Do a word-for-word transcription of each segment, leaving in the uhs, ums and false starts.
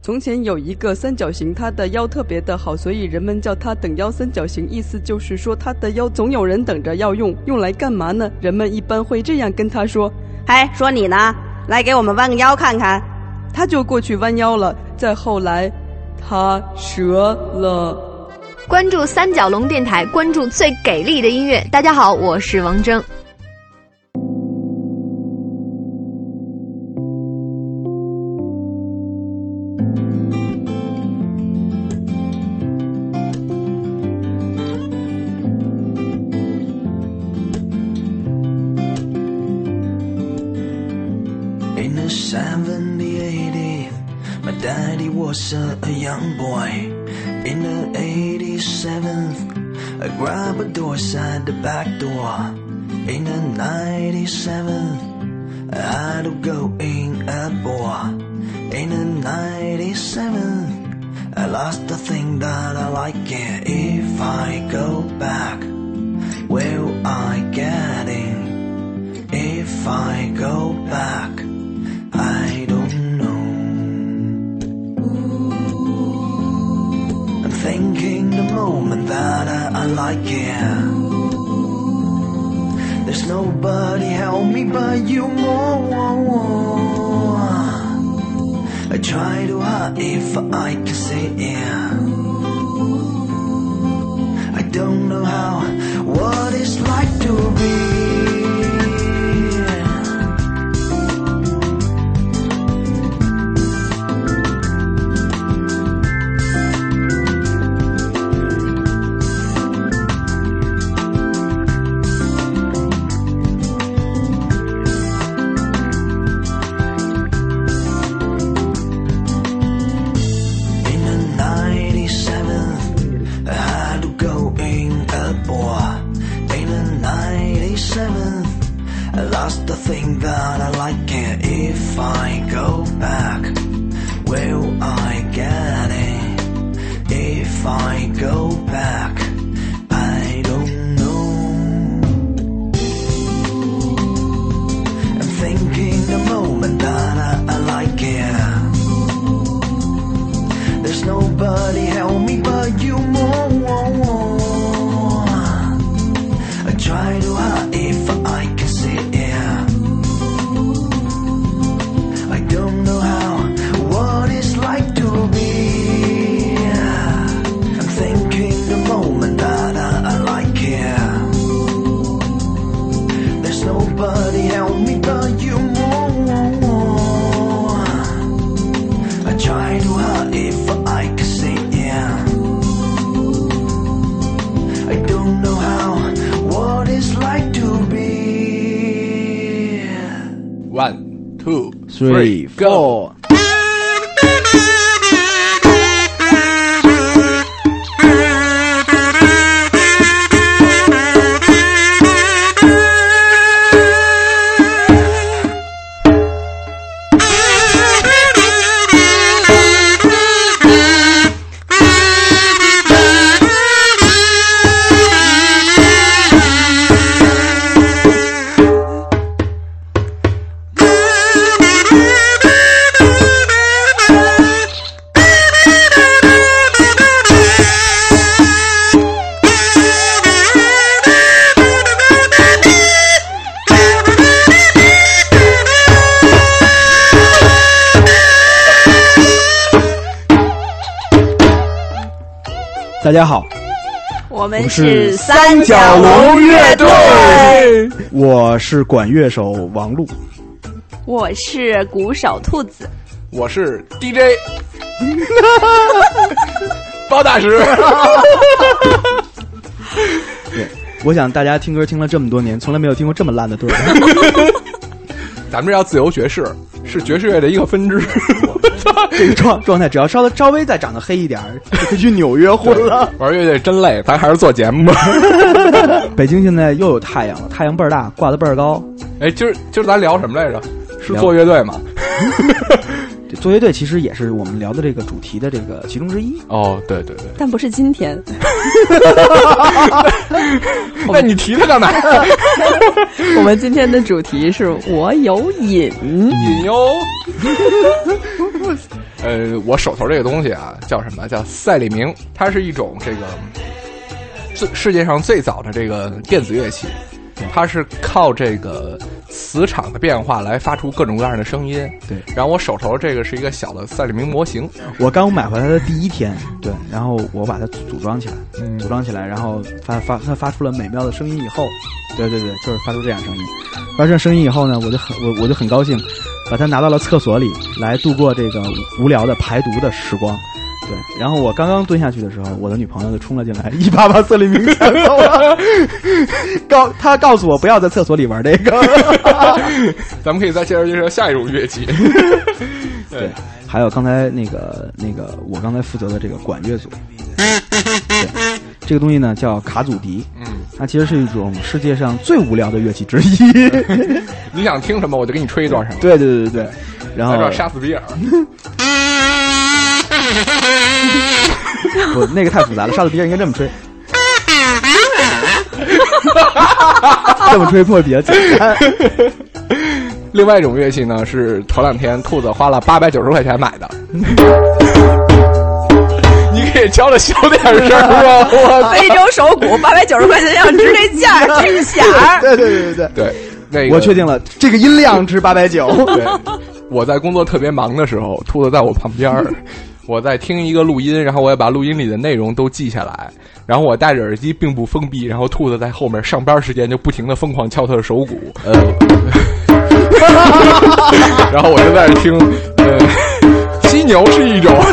从前有一个三角形，它的腰特别的好，所以人们叫它等腰三角形，意思就是说它的腰总有人等着要用，用来干嘛呢？人们一般会这样跟他说： 嘿，说你呢，来给我们弯个腰看看。 他就过去弯腰了，再后来他折了。 关注三角龙电台，关注最给力的音乐。大家好，我是王铮。 In the seventy, eighty, my daddy was a, a young boy. In the eighty-seventh, I grabbed a door side the back door. In the ninety-seventh, I had to go in a bar. In the ninety-seventh, I lost the thing that I like it. If I go back, will I get in? If I go back, I don't know. I'm thinking the moment that I, I like it. There's nobody help me but you more. I try to hide if I can see it. I don't know how, what it's like to be. I lost the thing that I like it. If I go back, will I get it? If I go back, I don't know. I'm thinking the moment that I, I like it. There's nobody help me but you more. I try to hide if I can see it. I don't know how, what it's like to be. I'm thinking the moment that I, I like it. There's nobody help me but you more. I try to hide if I can see it. I don't know how, what it's like to be. One, two, three, four. 大家好， 我们是三角龙乐队， 我是管乐手王璐， 我是鼓手兔子， 我是 D J 包大师。 对，我想大家听歌听了这么多年，从来没有听过这么烂的队。 咱们这叫自由爵士，是爵士乐的一个分支。 这个状状态，只要稍微稍微再长得黑一点，就去纽约混了。 玩乐队真累，咱还是做节目吧。 北京现在又有太阳了，太阳倍儿大，挂得倍儿高。 哎，今儿今儿咱聊什么来着？是做乐队吗？ 对，做乐队其实也是我们聊的这个主题的这个其中之一。 哦，对对对。 但不是今天。 那你提它干嘛？ 我们今天的主题是我有瘾。 瘾哟。呃，我手头这个东西啊，叫什么？叫赛里明，它是一种这个最世界上最早的这个电子乐器，它是靠这个磁场的变化来发出各种各样的声音。 对， 然后我手头这个是一个小的赛里明模型， 我刚买回来的第一天，对，然后我把它组装起来， 嗯、 组装起来，然后发发它发出了美妙的声音以后，对对对，就是发出这样声音，发出这声音以后呢，我就很我我就很高兴，把它拿到了厕所里来度过这个无聊的排毒的时光。对，然后我刚刚蹲下去的时候，我的女朋友就冲了进来，一把把赛里明抢走了，告她告诉我不要在厕所里玩这个。 咱们可以再接着介绍下一种乐器。 对，还有刚才那个那个我刚才负责的这个管乐组。对，这个东西呢叫卡祖笛，嗯，它其实是一种世界上最无聊的乐器之一。 你想听什么，我就给你吹一段什么。 对对对对对，然后杀死比尔。 不，那个太复杂了，杀死比尔应该这么吹。这么吹破比较简单。 另外一种乐器呢，是头两天兔子花了八百九十块钱买的。你可以教的小点声吗？我非洲手鼓八百九十块钱要值这价，真响。 对对对对对对，那个我确定了，这个音量值八百九。 对，我在工作特别忙的时候，兔子在我旁边，我在听一个录音，然后我也把录音里的内容都记下来。然后我戴着耳机并不封闭，然后兔子在后面上班时间就不停的疯狂敲他的手鼓，呃，然后我就在这听，呃，犀牛是一种。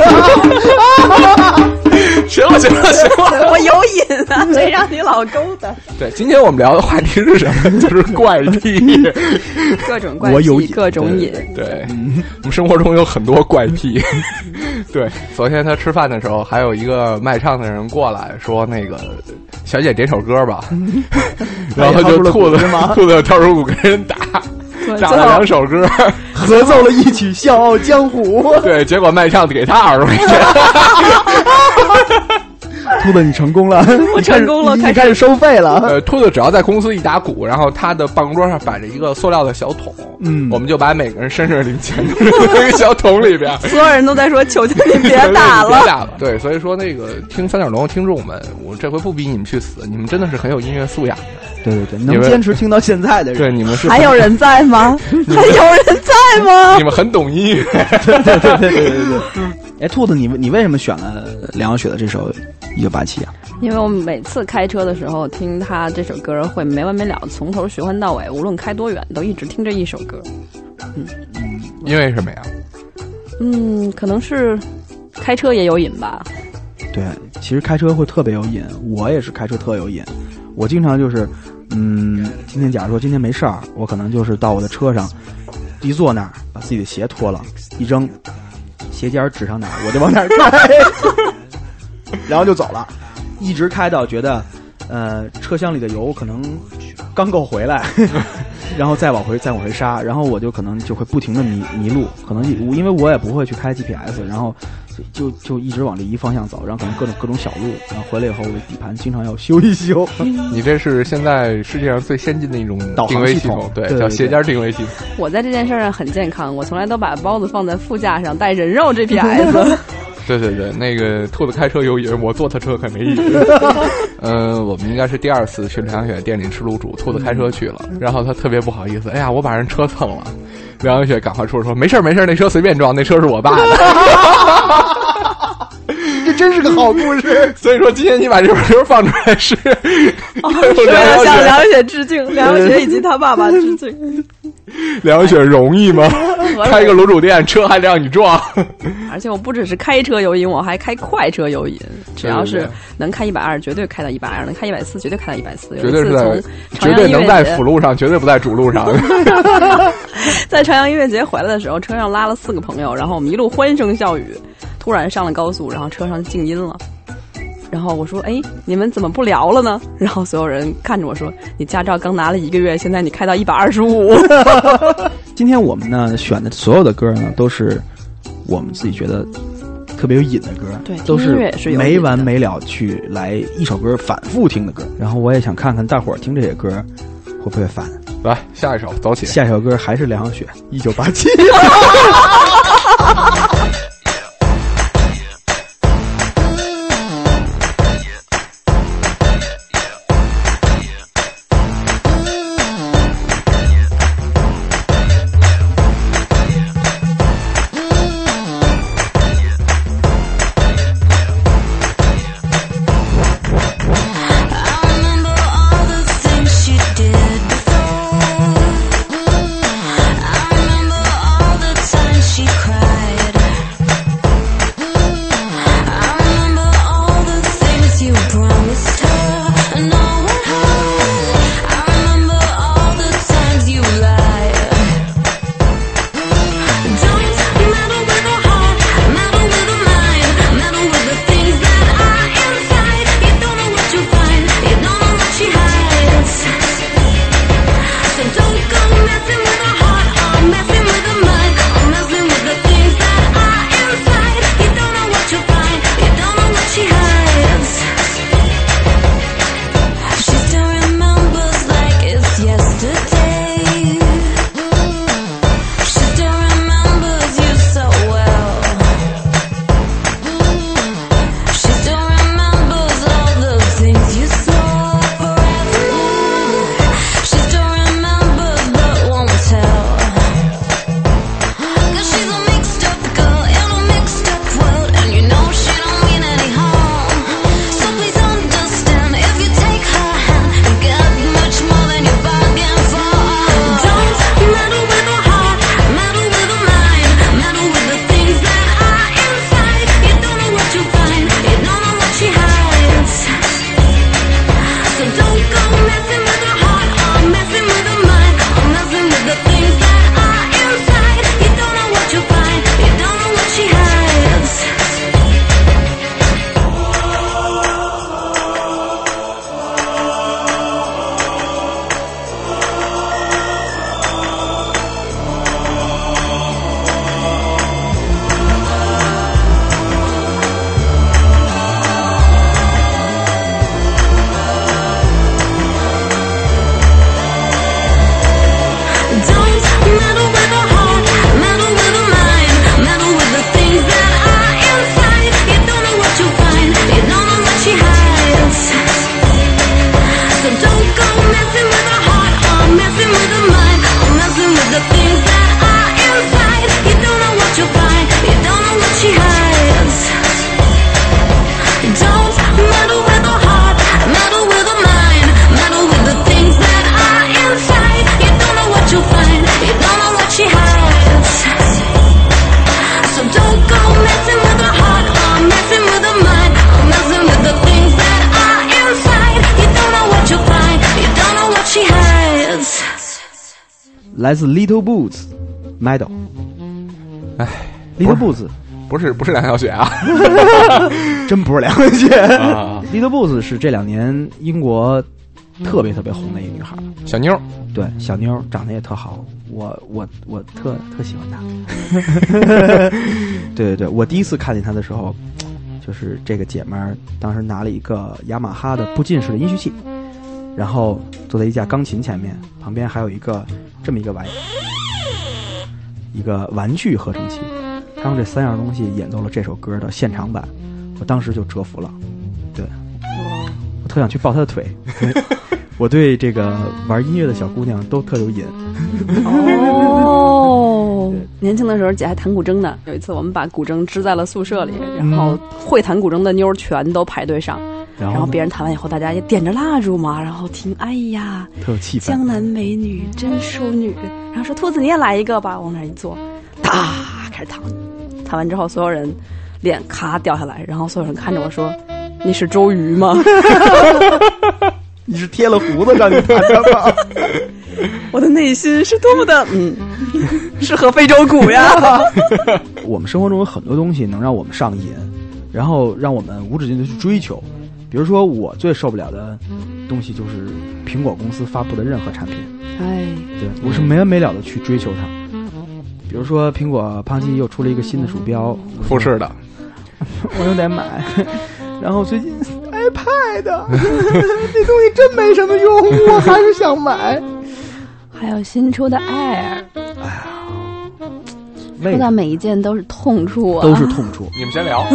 行了行了行了， 我有瘾啊，谁让你老勾搭？ 对，今天我们聊的话题是什么？就是怪癖， 各种怪癖， 我有瘾， 各种瘾。 对，对嗯、我们生活中有很多怪癖。对，昨天他吃饭的时候，还有一个卖唱的人过来说：“那个小姐点首歌吧。”然后就兔子兔子跳出鼓跟人打。打了两首歌， 合奏了一曲《笑傲江湖》。 对，结果卖唱给他二十块钱。 兔子，你成功了， 我成功了， 你开始收费了。 呃，兔子只要在公司一打鼓，然后他的办公桌上摆着一个塑料的小桶，嗯，我们就把每个人身上的零钱都扔在那个小桶里边。 所有人都在说：“求求你别打了， 别打了。”对，所以说那个听三角龙的听众们，我这回不逼你们去死，你们真的是很有音乐素养的。 对对对，能坚持听到现在的人， 对你们是还有人在吗？还有人在吗？ 你们很懂音乐。 对对对对对对。哎，兔子，你你为什么选了梁晓雪的这首《一九八七》啊？ 因为我每次开车的时候听他这首歌会没完没了，从头循环到尾，无论开多远都一直听这一首歌。嗯嗯，因为什么呀？ 嗯，可能是开车也有瘾吧。 对，其实开车会特别有瘾，我也是开车特有瘾。我经常就是，嗯，今天假如说今天没事儿，我可能就是到我的车上，一坐那儿，把自己的鞋脱了，一扔，鞋尖指上哪儿，我就往哪儿开，然后就走了，一直开到觉得，呃，车厢里的油可能刚够回来，然后再往回再往回刹，然后我就可能就会不停的迷迷路，可能因为我也不会去开 G P S， 然后。就就一直往这一方向走，然后可能各种各种小路，然后回来以后我的底盘经常要修一修。 你这是现在世界上最先进的一种定位系统，对， 对对叫鞋尖定位系统。 我在这件事上很健康，我从来都把包子放在副驾上，带人肉 G P S。 对对对，那个兔子开车有瘾，我坐他车可没瘾。嗯、呃，我们应该是第二次去梁晓雪店里吃卤煮，兔子开车去了，然后他特别不好意思，哎呀，我把人车蹭了。梁晓雪赶快出来说：“没事没事，那车随便撞，那车是我爸的。” 这真是个好故事。 所以说，今天你把这首歌放出来是， 哦、是为了向梁晓雪致敬，梁晓雪以及他爸爸致敬。 梁晓雪容易吗？开一个卤煮店，车还让你撞。 而且我不只是开车有瘾，我还开快车有瘾。只要是能开一百二，绝对开到一百二；能开一百四，绝对开到一百四。 绝对是在， 绝对能在辅路上，绝对不在主路上。 在朝阳音乐节回来的时候，车上拉了四个朋友，然后我们一路欢声笑语。突然上了高速，然后车上静音了。然后我说：“哎，你们怎么不聊了呢？”然后所有人看着我说：“你驾照刚拿了一个月，现在你开到一百二十五。” 今天我们呢选的所有的歌呢，都是我们自己觉得特别有瘾的歌， 对， 都音乐是有没完没了去来一首歌反复听的歌。然后我也想看看大伙儿听这些歌会不会烦。 来，下一首走起。 下一首歌还是梁晓雪，一九八七。来自 Little Boots Meadow。 哎 Little Boots 不是不是梁晓雪啊， 真不是梁晓雪。 啊 Little Boots 是这两年英国特别特别红的一个女孩， 小妞， 对，小妞长得也特好，我我我特特喜欢她。对对对，我第一次看见她的时候，就是这个姐们儿当时拿了一个雅马哈的步进式的音序器，然后坐在一架钢琴前面，旁边还有一个这么一个玩意，一个玩具合成器。他用这三样东西演奏了这首歌的现场版，我当时就折服了。对，我特想去抱她的腿。我对这个玩音乐的小姑娘都特有瘾。 哦，年轻的时候姐还弹古筝呢。有一次我们把古筝支在了宿舍里，然后会弹古筝的妞全都排队上，然后, 然后别人弹完以后，大家也点着蜡烛嘛，然后听，哎呀， 特有气氛， 江南美女真淑女，然后说兔子你也来一个吧，往那一坐，哒开始弹，弹完之后所有人脸咔掉下来，然后所有人看着我说：“你是周瑜吗？” 你是贴了胡子让你弹的吗？ 我的内心是多么的嗯，适合非洲鼓呀！ 我们生活中有很多东西能让我们上瘾，然后让我们无止境的去追求。比如说，我最受不了的东西就是苹果公司发布的任何产品。 哎， 对，我是没完没了的去追求它。 比如说苹果胖机又出了一个新的鼠标， 富士的， 我又得买。然后最近 iPad 这东西真没什么用，我还是想买。 还有新出的 Air， 哎呀， 说到每一件都是痛处啊， 都是痛处。 你们先聊。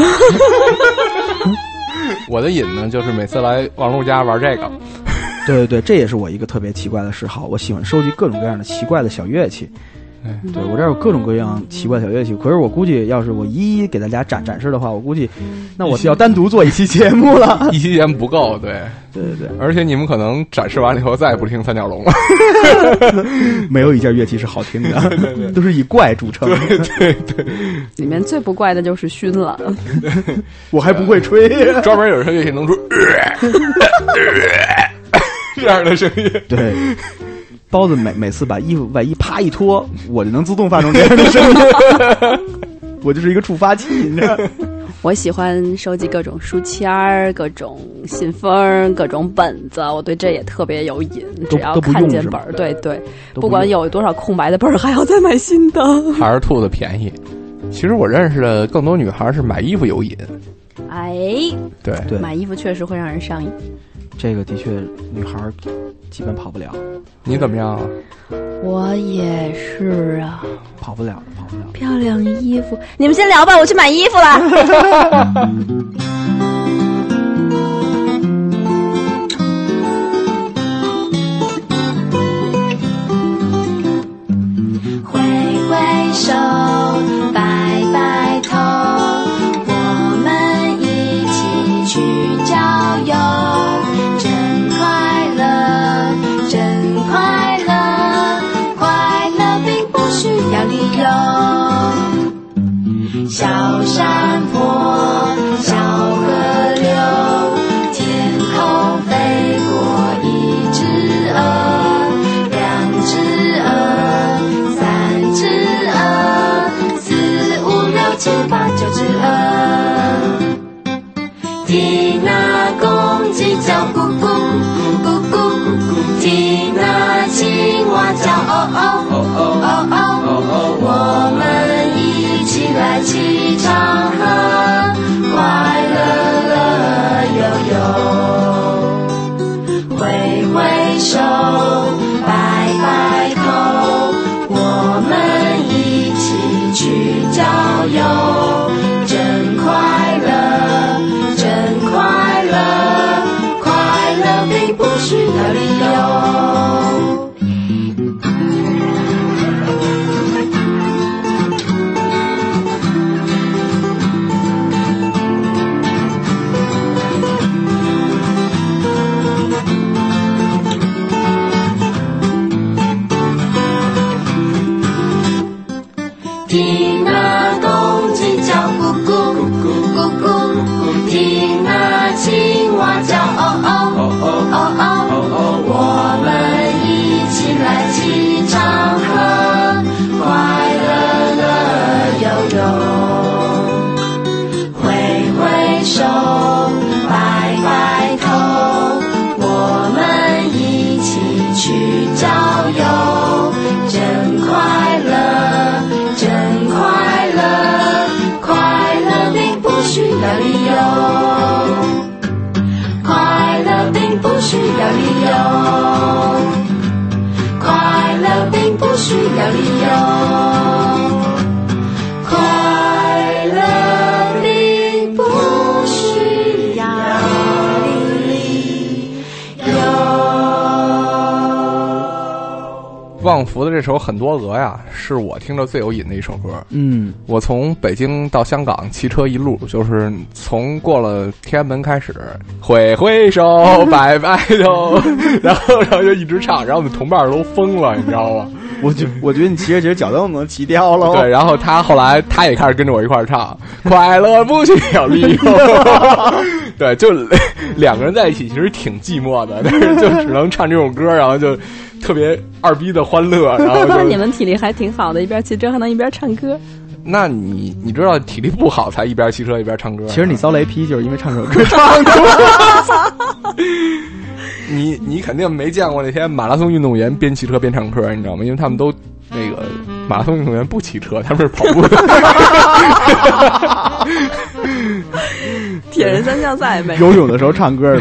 我的瘾呢，就是每次来王璐家玩这个。 对对对，这也是我一个特别奇怪的嗜好，我喜欢收集各种各样的奇怪的小乐器。对，我这儿有各种各样奇怪的小乐器，可是我估计要是我一一给大家展展示的话，我估计那我要单独做一期节目了。 一期节目不够，对对对对， 而且你们可能展示完了以后再也不听三角龙了。 没有一件乐器是好听的，对对对，都是以怪著称。 对对对， 里面最不怪的就是熏了， 我还不会吹， 专门有一声乐器能出这样的声音。对。 包子每每次把衣服外衣啪一脱，我就能自动发出这样的声音。我就是一个触发器，你知道。 我喜欢收集各种书签儿、各种信封、各种本子，我对这也特别有瘾。只要看见本儿，对对，不, 不管有多少空白的本儿，还要再买新的。 还是兔子便宜。其实我认识的更多女孩是买衣服有瘾。 哎， 对对， 买衣服确实会让人上瘾。 这个的确，女孩基本跑不了。 你怎么样啊？ 我也是啊， 跑不了，跑不了。 漂亮衣服，你们先聊吧，我去买衣服了。 挥挥手，摆摆头，我们一起去郊游。小山坡，小河流，天空飞过一只鹅，两只鹅，三只鹅，四五六七八九只鹅。听那公鸡叫咕咕咕咕，听那青蛙叫哦哦哦哦哦，我们一起来骑长河，快乐乐悠悠，挥挥手，摆摆头，我们一起去郊游，真快乐，真快乐，快乐并不需要理由。听那公鸡叫咕咕咕咕，听那青蛙叫哦哦哦哦，我们一起来骑长河，快乐乐悠悠，挥挥手，摆摆头，我们一起去郊游，真快乐。真快乐，快乐并不需要理由，快乐并不需要理由，快乐并不需要理由，快乐并不需要理由。 旺福的这首《很多鹅》呀，是我听着最有瘾的一首歌。 嗯， 我从北京到香港骑车一路，就是从过了天安门开始，挥挥手，摆摆头，然后然后就一直唱，然后我们同伴都疯了，你知道吗？ 我觉我觉得你骑着骑着脚都能骑掉了。 对，然后他后来他也开始跟着我一块儿唱，快乐不需要理由。对，就两个人在一起其实挺寂寞的，但是就只能唱这种歌，然后就特别二逼的欢乐，然后就你们体力还挺好的，一边骑车还能一边唱歌。 那你你知道体力不好才一边骑车一边唱歌？ 其实你遭雷劈就是因为唱这首歌唱的。 你你肯定没见过那些马拉松运动员边骑车边唱歌，你知道吗？因为他们都那个马拉松运动员不骑车，他们是跑步的。 铁人三项赛没游泳的时候唱歌。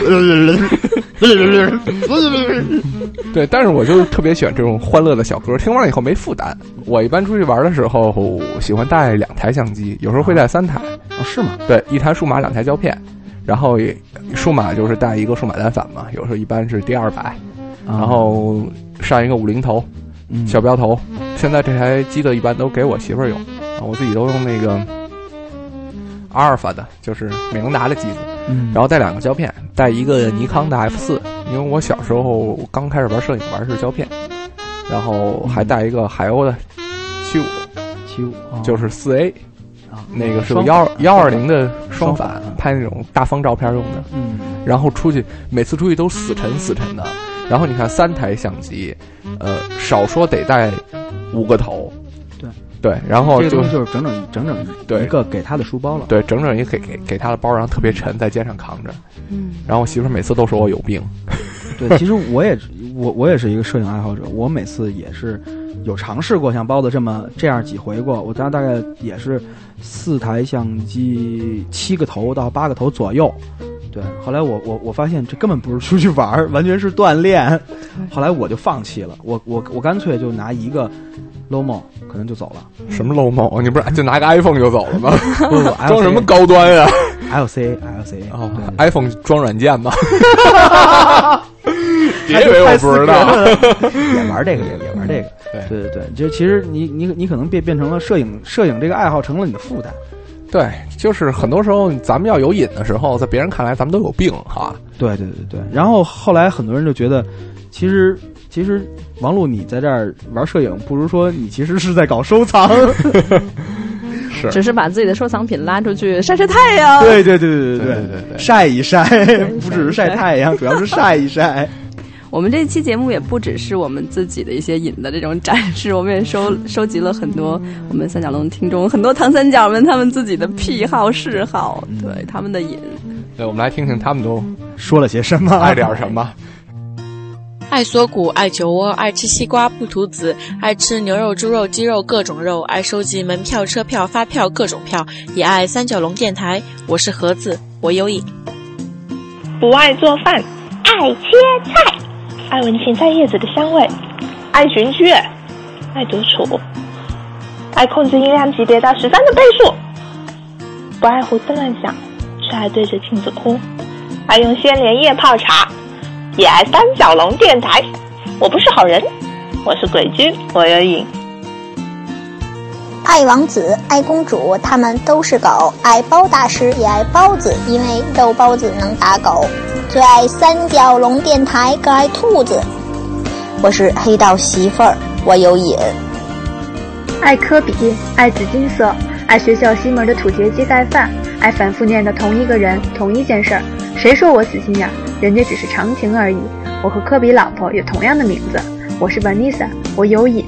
对，但是我就特别喜欢这种欢乐的小歌，听完了以后没负担。我一般出去玩的时候，喜欢带两台相机，有时候会带三台。 哦，是吗？ 对，一台数码，两台胶片。然后也数码就是带一个数码单反嘛，有时候一般是 D 二百，然后上一个五零头， 嗯、 小标头。现在这台机子一般都给我媳妇儿用，我自己都用那个阿尔法的，就是美能达的机子。 嗯， 然后带两个胶片，带一个尼康的 F 四，因为我小时候刚开始玩摄影玩是胶片，然后还带一个海鸥的七五七五， 就是四 A。 啊， 那个是个幺幺二零的双反，拍那种大风照片用的。 嗯， 然后出去，每次出去都死沉死沉的。然后你看三台相机，呃，少说得带五个头。 对对，然后就这个东西就是整整整整对一个给他的书包了。 对，整整一个给给给他的包，然后特别沉，在肩上扛着。 嗯， 然后我媳妇每次都说我有病。 对，其实我也我我也是一个摄影爱好者，我每次也是有尝试过像包子这么这样几回过，我家大概也是四台相机，七个头到八个头左右。对，后来我我我发现这根本不是出去玩，完全是锻炼。后来我就放弃了，我我我干脆就拿一个 Lomo 可能就走了。 什么 Lomo？ 你不是就拿个 iPhone 就走了吗？ 不不， 装什么高端呀、 啊、？L C L C 哦 ，iPhone 装软件吗？ 别以为我不知道，也玩这个，也也玩这个。对对对对，就其实你你你可能变变成了摄影摄影这个爱好成了你的负担。 对，就是很多时候咱们要有瘾的时候，在别人看来咱们都有病哈。 对对对对，然后后来很多人就觉得，其实其实王璐你在这儿玩摄影，不如说你其实是在搞收藏。 是， 只是把自己的收藏品拉出去晒晒太阳。 对对对对对对对对， 晒一晒，不只是晒太阳，主要是晒一晒。 我们这期节目也不只是我们自己的一些瘾的这种展示，我们也收收集了很多我们三角龙听众，很多唐三角们他们自己的癖好嗜好，对他们的瘾。 对，我们来听听他们都说了些什么， 爱点什么。 爱锁骨，爱酒窝，爱吃西瓜不吐籽，爱吃牛肉、猪肉、鸡肉各种肉，爱收集门票、车票、发票各种票，也爱三角龙电台。我是盒子，我有瘾。 不爱做饭，爱切菜，爱闻芹菜叶子的香味，爱寻雀，爱独处，爱控制音量级别到十三的倍数，不爱胡思乱想，却爱对着镜子哭，爱用鲜莲叶泡茶，也爱三角龙电台。我不是好人，我是鬼君，我有瘾。 爱王子，爱公主，他们都是狗。爱包大师，也爱包子，因为肉包子能打狗。最爱三角龙电台，更爱兔子。我是黑道媳妇儿，我有瘾。 爱科比，爱紫金色，爱学校西门的土茄鸡盖饭，爱反复念的同一个人，同一件事儿。谁说我死心眼？人家只是长情而已。我和科比老婆有同样的名字，我是 Vanessa， 我有瘾。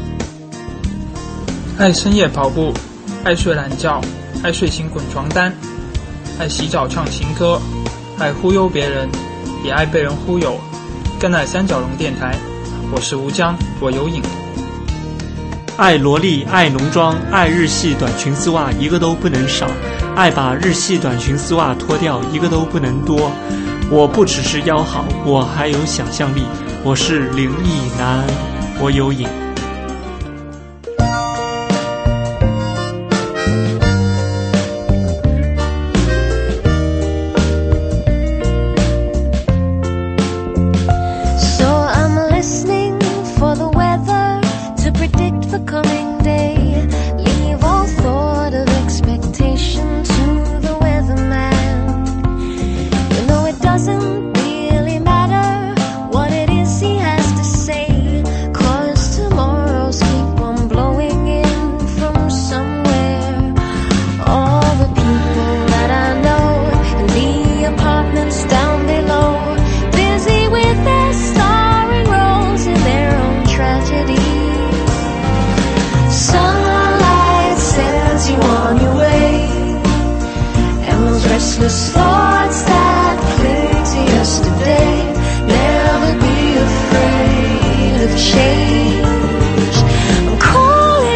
爱深夜跑步，爱睡懒觉，爱睡醒滚床单，爱洗澡唱情歌，爱忽悠别人，也爱被人忽悠，更爱三角龙电台。我是吴江，我有瘾。 爱萝莉，爱浓妆，爱日系短裙丝袜，一个都不能少。爱把日系短裙丝袜脱掉，一个都不能多。我不只是腰好，我还有想象力。我是灵异男，我有瘾。 Restless thoughts that cling to yesterday. Never be afraid of change. I'm calling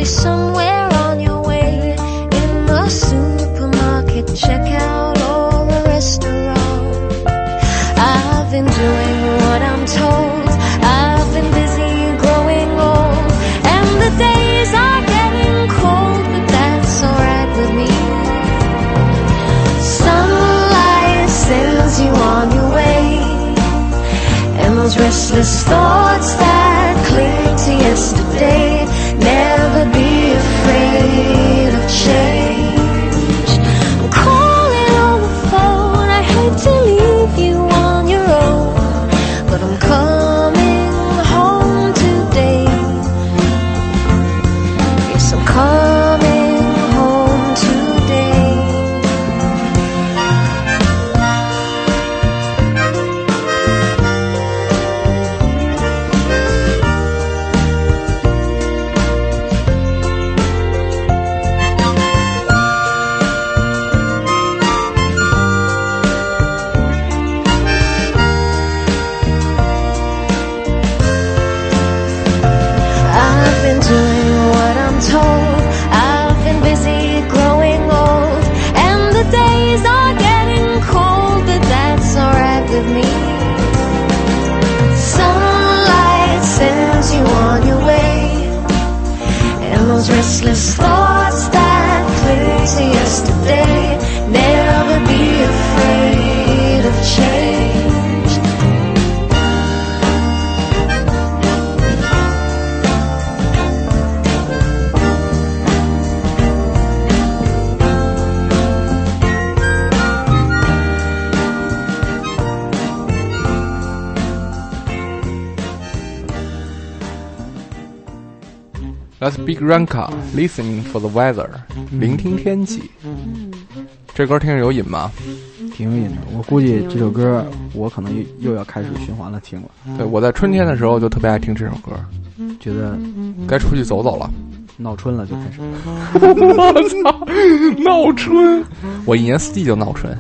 be somewhere on your way, in the supermarket checkout or a restaurant. I've been doing what I'm told, I've been busy growing old, and the days are getting cold, but that's alright with me. Sunlight sends you on your way, and those restless thoughts that cling to yesterday, never be afraid of change. I'm calling on the phone, I hate to leave you on your own, but I'm coming home today. Yes, I'm coming home today. I've been doing what I'm told, I've been busy growing old, and the days are getting cold, but that's alright with me. Sunlight sends you on your way, and those restless thoughts that cling to yesterday, never be afraid of change. That's Big Ranka listening for the weather， 聆听天气。这歌听着有瘾吗？ 挺有瘾的。我估计这首歌我可能又又要开始循环了听了。 对，我在春天的时候就特别爱听这首歌， 觉得该出去走走了， 闹春了就开始。 我操，闹春！我一年四季就闹春。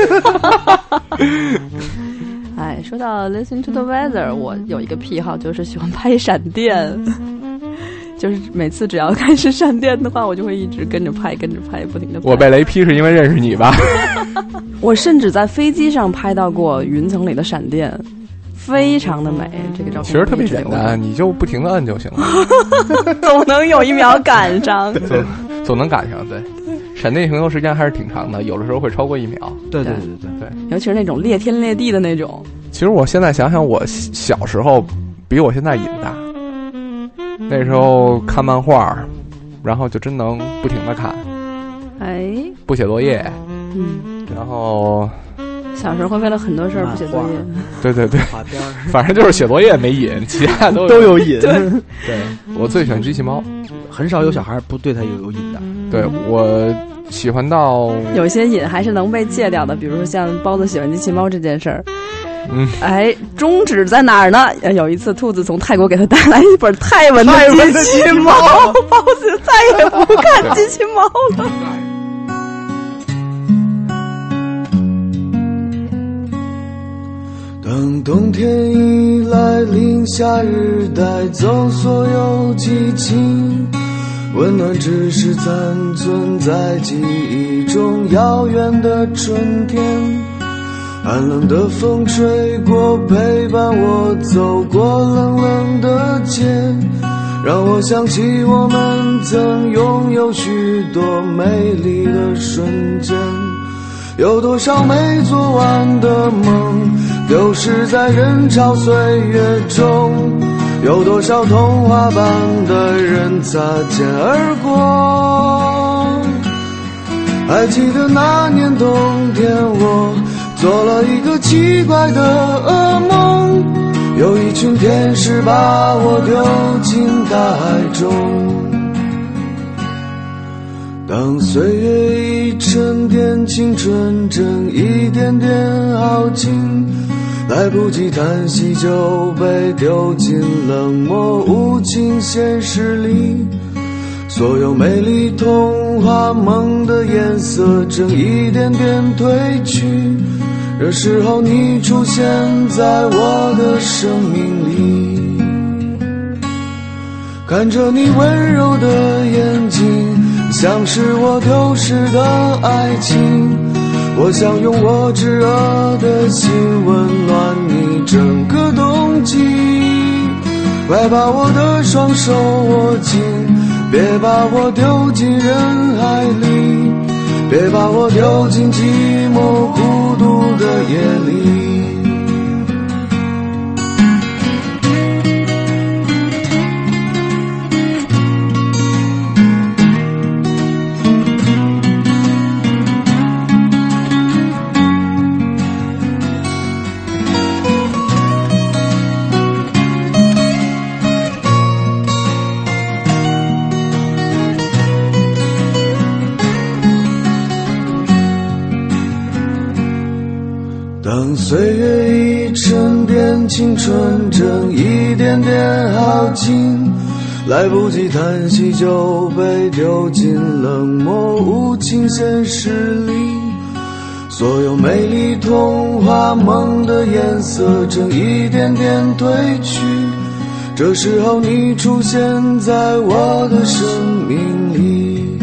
哎，说到 listen to the weather， 我有一个癖好，就是喜欢拍闪电。就是每次只要开始闪电的话，我就会一直跟着拍，跟着拍，不停的拍。 我被雷劈是因为认识你吧？ 我甚至在飞机上拍到过云层里的闪电，非常的美。这个照片其实特别简单，你就不停的摁就行了， 总能有一秒赶上， 总总能赶上。对，闪电停留时间还是挺长的，有的时候会超过一秒。 对对对对对， 尤其是那种裂天裂地的那种。 其实我现在想想，我小时候比我现在瘾大。那时候看漫画，然后就真能不停的看， 哎， 不写作业， 嗯， 然后小时候会为了很多事儿不写作业， 对对对，反正就是写作业没瘾，其他都都有瘾。 对，对我最喜欢机器猫， 很少有小孩不对它有有瘾的。 对，我喜欢到有些瘾还是能被戒掉的，比如说像包子喜欢机器猫这件事儿。 嗯， 哎，宗旨在哪儿呢？有一次，兔子从泰国给他带来一本泰文的机器猫，包子再也不看机器猫了。 当冬天一来临，夏日带走所有激情，温暖只是残存在记忆中遥远的春天。寒冷的风吹过，陪伴我走过冷冷的街，让我想起我们曾拥有许多美丽的瞬间。有多少没做完的梦丢失在人潮岁月中，有多少童话般的人擦肩而过。还记得那年冬天，我做了一个奇怪的噩梦，有一群天使把我丢进大海中。当岁月一沉淀，青春正一点点耗尽，来不及叹息就被丢进冷漠无情现实里。所有美丽童话梦的颜色正一点点褪去，这时候你出现在我的生命里。 看着你温柔的眼睛，像是我丢失的爱情。我想用我炙热的心温暖你整个冬季。快把我的双手握紧，别把我丢进人海里，别把我丢进寂寞孤独的夜里。当岁月已沉淀，青春正一点点耗尽，来不及叹息就被丢进冷漠无情现实里。所有美丽童话梦的颜色正一点点褪去，这时候你出现在我的生命里。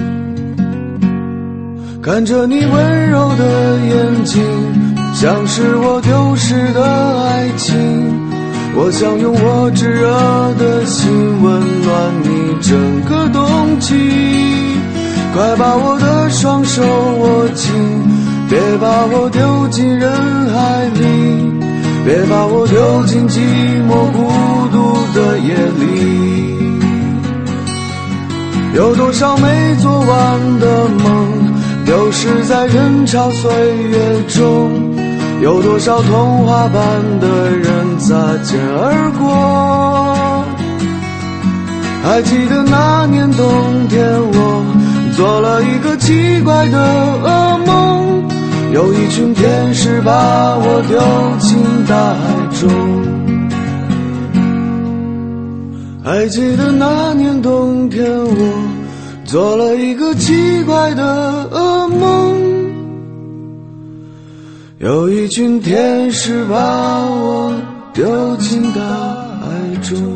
看着你温柔的眼睛，像是我丢失的爱情。我想用我炙热的心温暖你整个冬季。快把我的双手握紧，别把我丢进人海里，别把我丢进寂寞孤独的夜里。有多少没做完的梦丢失在人潮岁月中，有多少童话般的人擦肩而过。还记得那年冬天，我做了一个奇怪的噩梦，有一群天使把我丢进大海中。还记得那年冬天，我做了一个奇怪的噩梦，有一群天使把我丢进大海中。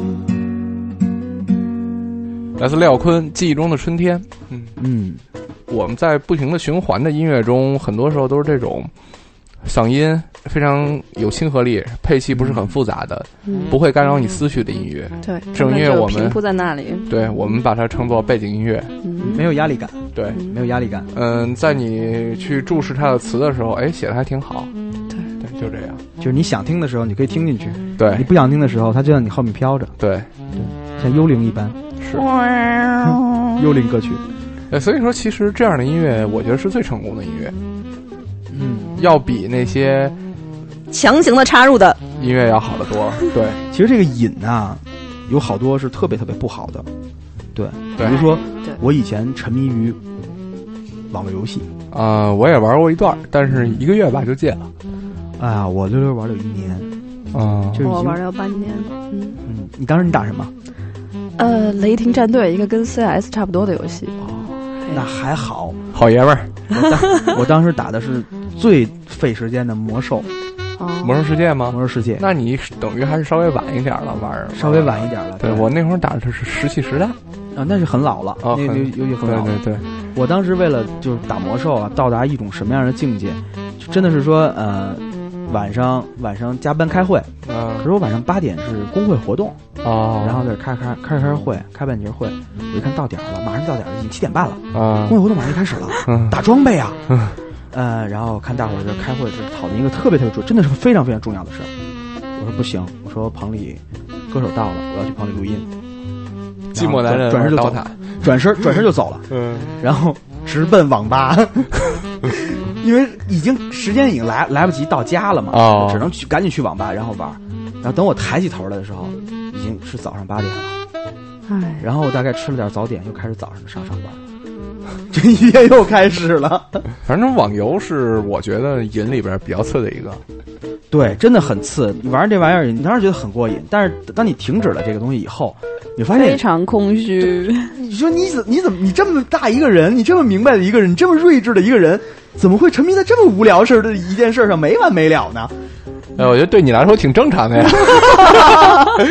来自廖坤记忆中的春天。嗯嗯， 我们在不停的循环的音乐中，很多时候都是这种嗓音非常有亲和力，配器不是很复杂的， 嗯、 不会干扰你思绪的音乐。 对， 这种音乐我们平铺在那里， 对，我们把它称作背景音乐， 嗯、 没有压力感。 对， 嗯、没有压力感。 嗯，在你去注视它的词的时候，哎，写的还挺好。 对对，就这样。 就是你想听的时候，你可以听进去； 对， 你不想听的时候，它就在你后面飘着。 对对，像幽灵一般。 是幽灵歌曲。 呃，所以说，其实这样的音乐，我觉得是最成功的音乐。 嗯， 要比那些强行的插入的音乐要好得多。对， 其实这个瘾啊，有好多是特别特别不好的。对，比如说我以前沉迷于网络游戏啊、呃，我也玩过一段，但是一个月吧就戒了。 哎呀，我溜溜玩了有一年啊， 就是我玩了半年。嗯嗯，你当时你打什么？ 呃，雷霆战队，一个跟 C S 差不多的游戏。 哦，那还好， 好爷们儿。 我当我当时打的是最费时间的魔兽。 哦， 魔兽世界吗？ 魔兽世界。 那你等于还是稍微晚一点了玩儿， 稍微晚一点了。 对，对我那会儿打的是石器时代。 啊，那是很老了， 哦、 那个游戏很老了。 对对对， 我当时为了就是打魔兽啊，到达一种什么样的境界，就真的是说，呃，晚上晚上加班开会， 嗯， 可是我晚上八点是工会活动， 哦， 然后在这开开开开会，开半截会，我一看到点了，马上到点了，已经七点半了， 啊， 工会活动马上就开始了， 嗯， 打装备啊， 嗯， 呃，然后看大伙儿这开会是讨论一个特别特别重，真的是非常非常重要的事儿。我说不行，我说棚里歌手到了，我要去棚里录音。 寂寞男人转身就走，转身转身就走了。嗯，然后直奔网吧，因为已经时间已经来来不及到家了嘛， 哦， 只能去赶紧去网吧，然后玩。然后等我抬起头来的时候，已经是早上八点了。 唉， 然后我大概吃了点早点，又开始早上的上上班。这一天又开始了。 反正网游是我觉得瘾里边比较次的一个。 对，真的很次。你玩这玩意儿，你当然觉得很过瘾，但是当你停止了这个东西以后，你发现非常空虚。 你说你怎你怎么你这么大一个人，你这么明白的一个人，你这么睿智的一个人，怎么会沉迷在这么无聊事的一件事上没完没了呢？ 哎，我觉得对你来说挺正常的呀。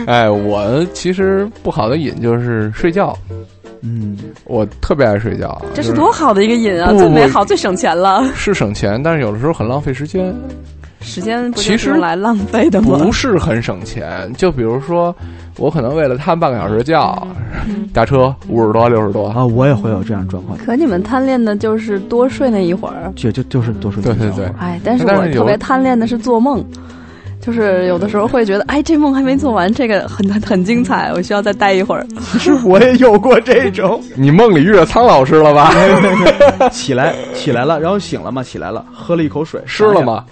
哎，我其实不好的瘾就是睡觉。 嗯， 我特别爱睡觉。 这是多好的一个瘾啊！最美好、最省钱了。 是省钱，但是有的时候很浪费时间。 时间不就是用来浪费的吗？ 不是很省钱。就比如说，我可能为了贪半个小时觉，打车五十多、六十多啊，我也会有这样状况。 可你们贪恋的就是多睡那一会儿， 就就就是多睡。 对对对。 哎，但是我特别贪恋的是做梦。就是有的时候会觉得，哎，这梦还没做完，这个很很精彩，我需要再待一会儿。 其实我也有过这种。 你梦里遇着苍老师了吧？ 起来起来了，然后醒了嘛，起来了，喝了一口水， 湿了吗？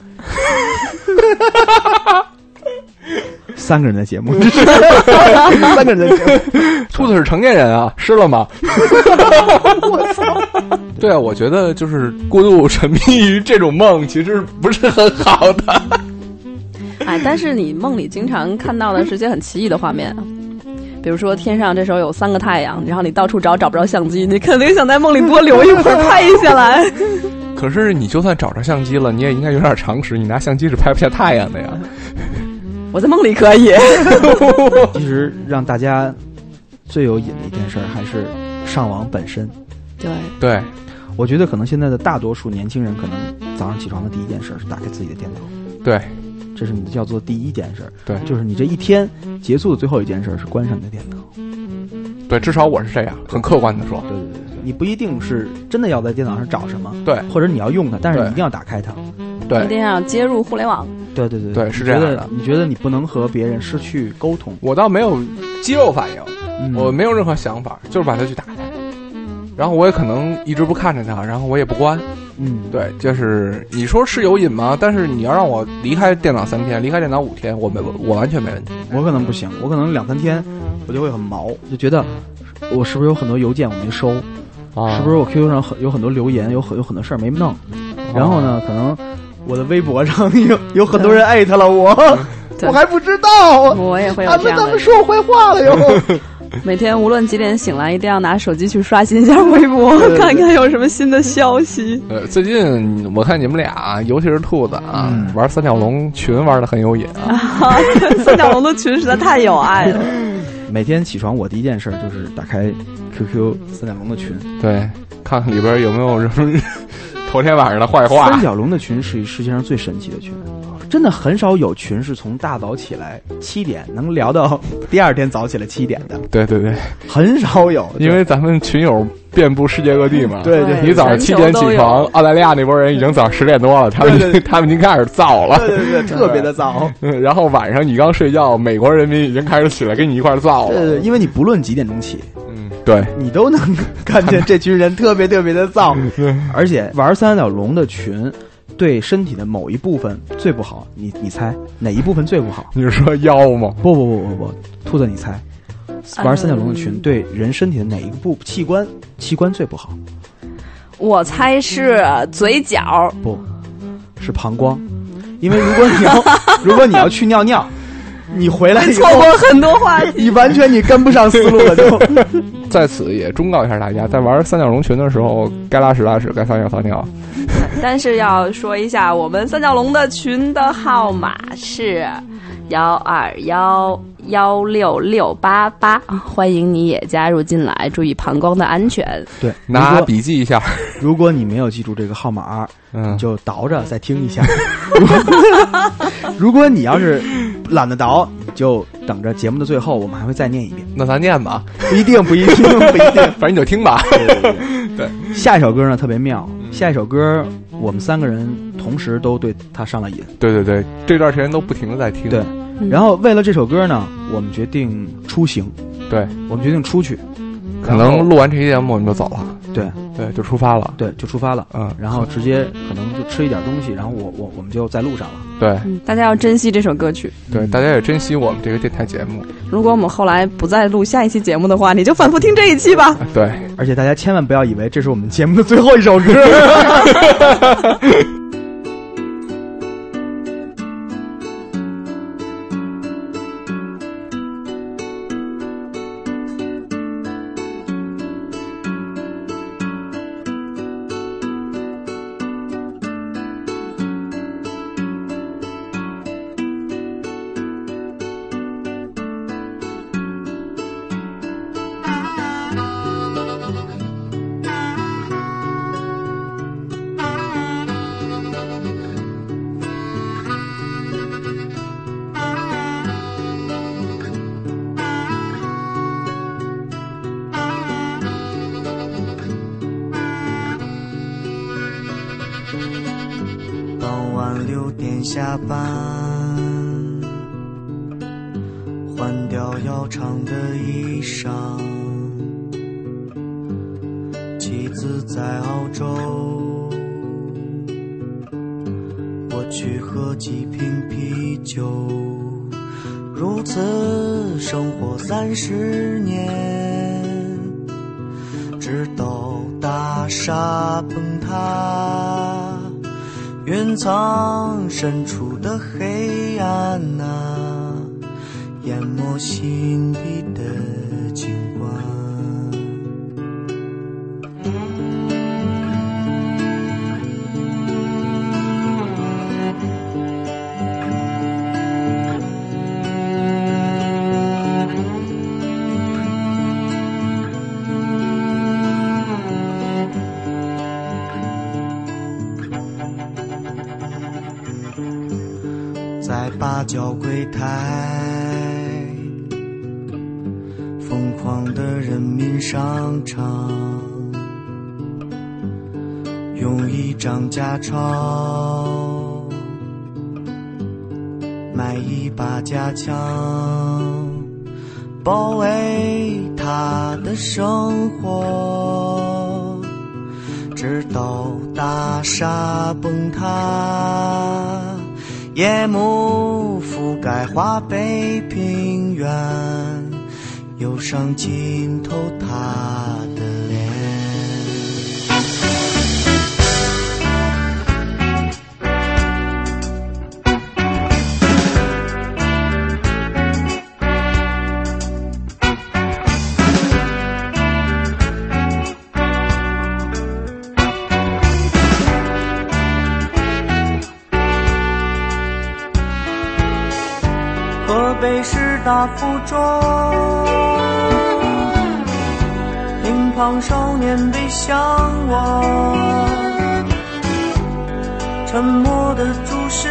三个人的节目，三个人的节目， 兔子是成年人啊，湿了吗？我操！对啊，我觉得就是过度沉迷于这种梦，其实不是很好的。 哎，但是你梦里经常看到的是些很奇异的画面，比如说天上这时候有三个太阳，然后你到处找找不着相机，你肯定想在梦里多留一会儿拍下来。 可是你就算找着相机了，你也应该有点常识，你拿相机是拍不下太阳的呀。 我在梦里可以。 其实让大家最有瘾的一件事还是上网本身。 对对， 我觉得可能现在的大多数年轻人，可能早上起床的第一件事是打开自己的电脑。 对。 这是你要做的第一件事， 对， 就是你这一天结束的最后一件事是关上你的电脑。 对，至少我是这样，很客观的说。 对对对，你不一定是真的要在电脑上找什么， 对， 或者你要用它，但是你一定要打开它， 对， 一定要接入互联网。 对对对对，是这样的。 你觉得你不能和别人失去沟通？ 我倒没有肌肉反应， 嗯、 我没有任何想法，就是把它去打开，然后我也可能一直不看着它，然后我也不关。 嗯， 对，就是你说是有瘾吗？但是你要让我离开电脑三天，离开电脑五天，我没我完全没问题。 我可能不行，我可能两三天我就会很毛，就觉得我是不是有很多邮件我没收， 啊、 是不是我 Q Q 上很有很多留言，有很有很多事儿没弄，然后呢，可能我的微博上有有很多人艾特了我，我还不知道， 我也会有这样的。他们他们说我坏话了哟。 每天无论几点醒来，一定要拿手机去刷新一下微博，看看有什么新的消息。 呃，最近我看你们俩，尤其是兔子啊，嗯、玩三角龙群玩的很有瘾啊。 啊三角龙的群实在太有爱了。 每天起床，我第一件事就是打开 Q Q 三角龙的群， 对，看看里边有没有什么头天晚上的坏话。 三角龙的群是世界上最神奇的群。真的很少有群是从大早起来七点能聊到第二天早起来七点的。 对对对， 很少有， 因为咱们群友遍布世界各地嘛。 对对， 你早上七点起床，澳大利亚那波人已经早上十点多了，他们对对他们已经开始造了。 对对对，特别的造。 嗯，然后晚上你刚睡觉，美国人民已经开始起来跟你一块儿造了。 对对，因为你不论几点钟起， 嗯，对， 你都能看见这群人特别特别的造，而且玩三角龙的群。对身体的某一部分最不好，你你猜哪一部分最不好？ 你是说腰吗？ 不不不不不，兔子你猜，玩三角龙的群对人身体的哪一个部器官器官最不好？ 我猜是嘴角， 不是膀胱，因为如果你要如果你要去尿尿，你回来以后错过很多话题， 你完全你跟不上思路了就。 在此也忠告一下大家，在玩三角龙群的时候，该拉屎拉屎，该撒尿撒尿。 但是要说一下，我们三角龙的群的号码是幺二幺幺六六八八，欢迎你也加入进来，注意膀胱的安全。 对， 拿笔记一下。 如果你没有记住这个号码，嗯，就倒着再听一下。如果你要是懒得倒，就等着节目的最后，我们还会再念一遍。 那咱念吧， 不一定，不一定，不一定， 反正你就听吧。 对对对对，下一首歌呢特别妙，下一首歌我们三个人同时都对他上了瘾。 对对对，这段时间都不停的在听。 对，然后为了这首歌呢，我们决定出行。 对， 我们决定出去。 可能录完这期节目我们就走了。 对对，就出发了。 对，就出发了。嗯，然后直接可能就吃一点东西，然后我我我们就在路上了。 对、 嗯，大家要珍惜这首歌曲。 对，大家也珍惜我们这个电台节目。 如果我们后来不再录下一期节目的话，你就反复听这一期吧。 对， 而且大家千万不要以为这是我们节目的最后一首歌。 点下班，换掉要长的衣裳，妻子在澳洲，我去喝几瓶啤酒，如此生活三十年，直到大厦崩塌，云层深处的黑暗啊，淹没心底的景观。在八角柜台，疯狂的人民商场，用一张假钞买一把假枪，保卫他的生活，直到大厦崩塌，夜幕覆盖华北平原，忧伤浸透他的脸。河北师大附中，乒乓少年背向我，沉默的注视，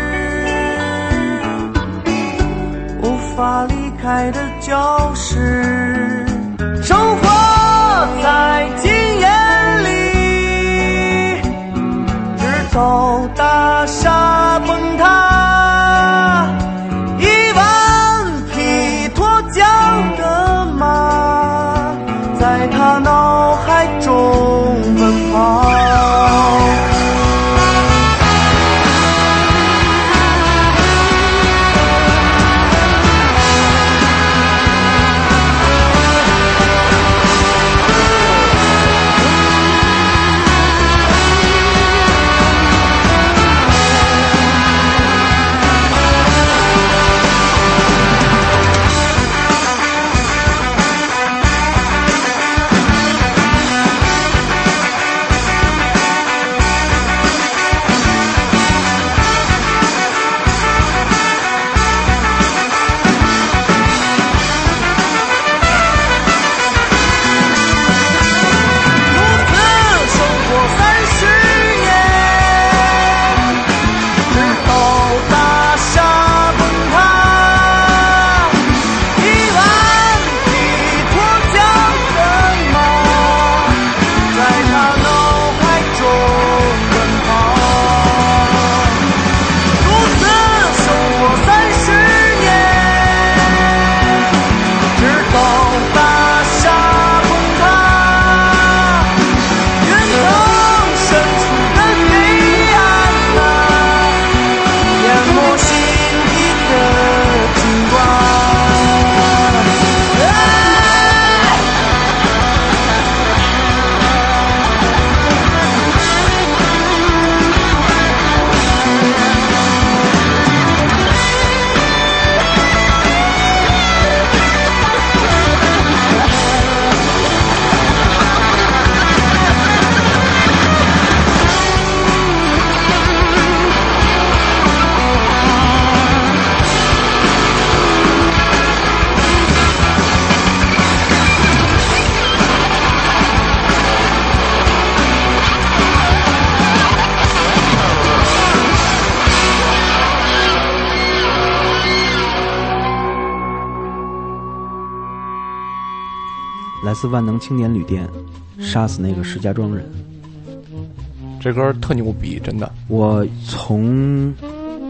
无法离开的教室，生活在禁烟里，直到大厦崩塌，一万匹脱缰的马在他脑海中奔跑。 来自万能青年旅店，杀死那个石家庄人。 这歌特牛逼，真的。 我从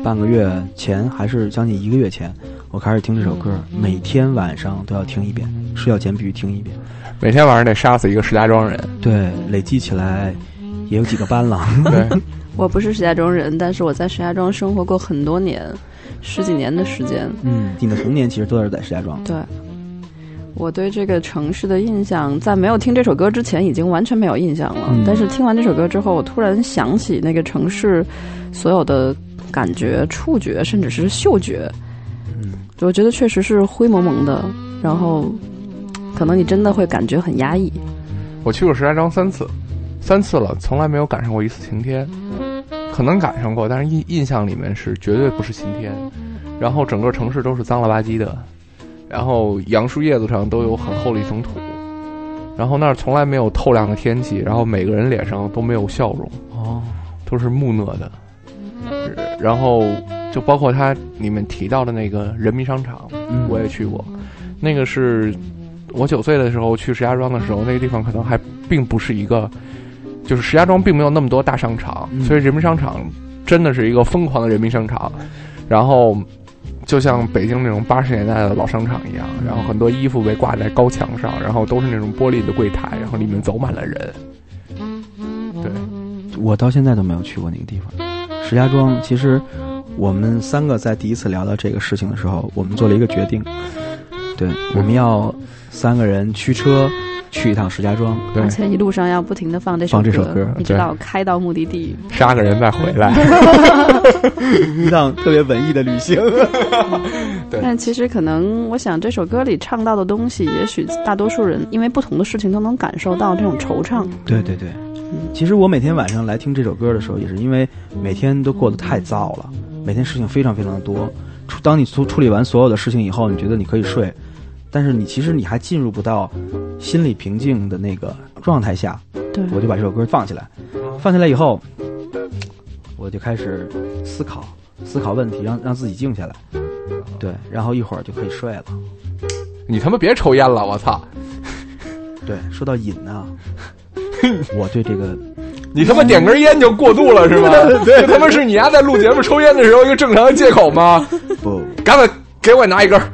半个月前还是将近一个月前，我开始听这首歌，每天晚上都要听一遍，睡觉前必须听一遍。 每天晚上得杀死一个石家庄人。 对，累计起来也有几个班了。 对， 我不是石家庄人，但是我在石家庄生活过很多年，十几年的时间。 嗯，你的童年其实都是在石家庄。 对，我对这个城市的印象，在没有听这首歌之前已经完全没有印象了。嗯、但是听完这首歌之后，我突然想起那个城市所有的感觉、触觉，甚至是嗅觉。嗯，我觉得确实是灰蒙蒙的，然后可能你真的会感觉很压抑。 我去过石家庄三次，三次了，从来没有赶上过一次晴天。可能赶上过，但是印印象里面是绝对不是晴天。然后整个城市都是脏了吧唧的，然后杨树叶子上都有很厚的一层土，然后那儿从来没有透亮的天气，然后每个人脸上都没有笑容， 哦， 都是木讷的。然后就包括他你们提到的那个人民商场，嗯、我也去过，那个是我九岁的时候去石家庄的时候，那个地方可能还并不是一个，就是石家庄并没有那么多大商场，嗯、所以人民商场真的是一个疯狂的人民商场，然后就像北京那种八十年代的老商场一样，然后很多衣服被挂在高墙上，然后都是那种玻璃的柜台，然后里面走满了人。对， 我到现在都没有去过那个地方。石家庄，其实我们三个在第一次聊到这个事情的时候，我们做了一个决定，对，我们要三个人驱车去一趟石家庄， 对，而且一路上要不停的放这首歌，放这首歌， 一直到开到目的地， 杀个人再回来， 一趟特别文艺的旅行。 对，但其实可能，我想这首歌里唱到的东西，也许大多数人因为不同的事情都能感受到这种惆怅。 对对对。其实我每天晚上来听这首歌的时候，也是因为每天都过得太燥了，每天事情非常非常的多。当你处处理完所有的事情以后，你觉得你可以睡，但是你其实你还进入不到心理平静的那个状态下。 对， 我就把这首歌放起来，放起来以后，我就开始思考思考问题，让让自己静下来。对，然后一会儿就可以睡了。 你他妈别抽烟了，我操！ 对，说到瘾呢、啊。我对这个， 你他妈点根烟就过度了是吧？这他妈是你丫在录节目抽烟的时候一个正常的借口吗？ 不， 赶快给我拿一根。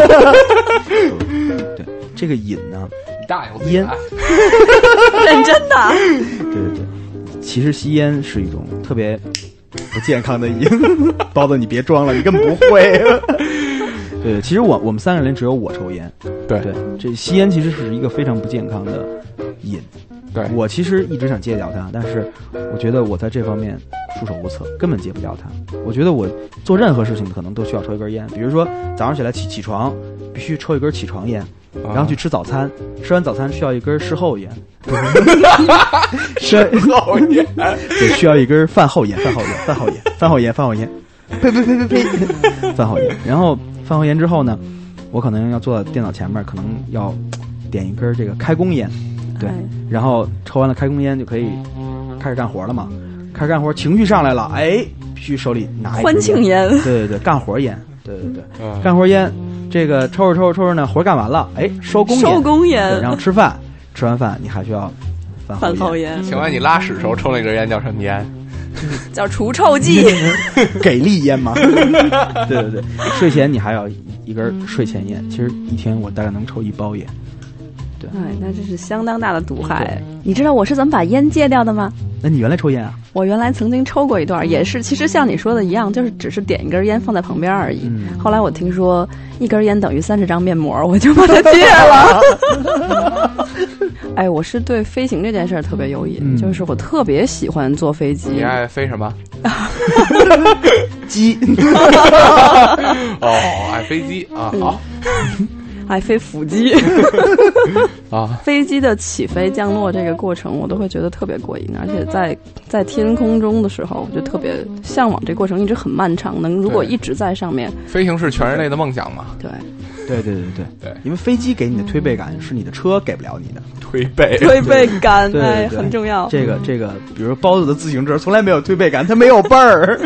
对，这个瘾呢， 你大爷， 烟， 认真的。 对对对，其实吸烟是一种特别不健康的瘾。包子，你别装了，你根本不会。对，其实我我们三个人只有我抽烟。 对对，这吸烟其实是一个非常不健康的瘾。 对， 我其实一直想戒掉它，但是我觉得我在这方面束手无策，根本戒不掉它。我觉得我做任何事情可能都需要抽一根烟，比如说早上起来起起床必须抽一根起床烟，然后去吃早餐，吃完早餐需要一根事后烟， 事后烟， 对，需要一根饭后烟，饭后烟，饭后烟，饭后烟，饭后烟，呸呸呸呸呸，饭后烟。然后饭后烟之后呢，我可能要坐在电脑前面，可能要点一根这个开工烟。对，然后抽完了开工烟就可以开始干活了嘛。开始干活，情绪上来了，哎，必须手里拿一欢庆烟。 对对对，干活烟。对对对，嗯、干活烟，这个抽着抽着抽着呢，活干完了，哎，收工烟。 收工烟。 然后吃饭，吃完饭你还需要饭后烟。 请问你拉屎时候抽那根烟叫什么烟？ 叫除臭剂。 给力烟吗？对对对，睡前你还要一根睡前烟。其实一天我大概能抽一包烟。对， 哎，那这是相当大的毒害。你知道我是怎么把烟戒掉的吗？ 那你原来抽烟啊？ 我原来曾经抽过一段，也是，其实像你说的一样，就是只是点一根烟放在旁边而已。嗯、后来我听说一根烟等于三十张面膜，我就把它戒了。哎，我是对飞行这件事儿特别有瘾，嗯、就是我特别喜欢坐飞机。 你爱飞什么？ 鸡。 哦，爱飞机啊，好。 爱飞腹机啊， 飞机的起飞降落这个过程，我都会觉得特别过瘾，而且在在天空中的时候，我就特别向往这个过程，一直很漫长。能如果一直在上面， 飞行是全人类的梦想嘛？ 对， 对对对对对，因为飞机给你的推背感是你的车给不了你的推背推背感， 对哎，很重要。 这个这个，比如包子的自行车从来没有推背感，它没有背儿。